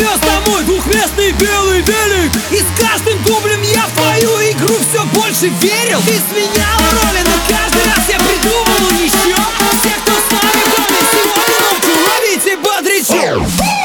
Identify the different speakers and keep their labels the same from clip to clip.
Speaker 1: привез домой двухместный белый велик. И с каждым дублем я в твою игру все больше верил. Ты сменяла роли, но каждый раз я придумывал еще. Все, кто с нами в доме, сегодня ночью ловите бодрячок.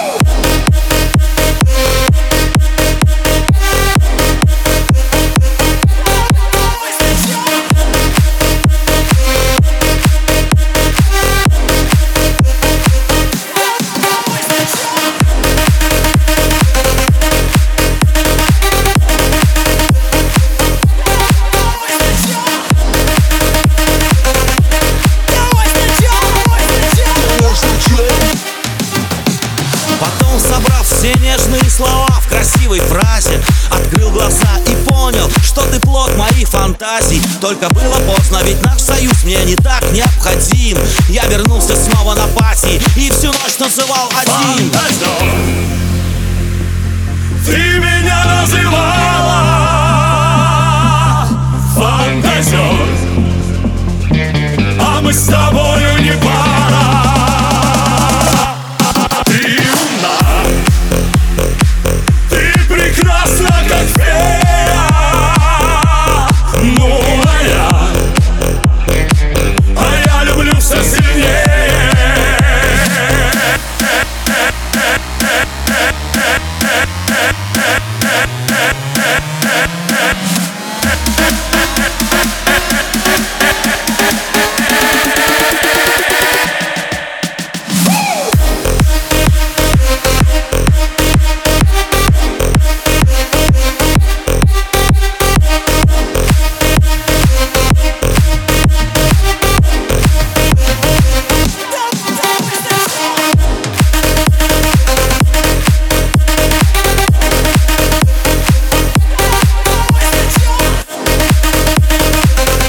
Speaker 2: Потом, собрав все нежные слова в красивой фразе, открыл глаза и понял, что ты плод моих фантазий. Только было поздно, ведь наш союз мне не так необходим. Я вернулся снова на пати и всю ночь танцевал один.
Speaker 3: Ты меня называла фантазер, а мы с тобою не пара. Ты умна, ты прекрасна, как фея. Ну, а я люблю все сильнее.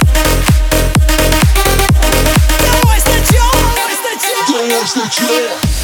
Speaker 3: Что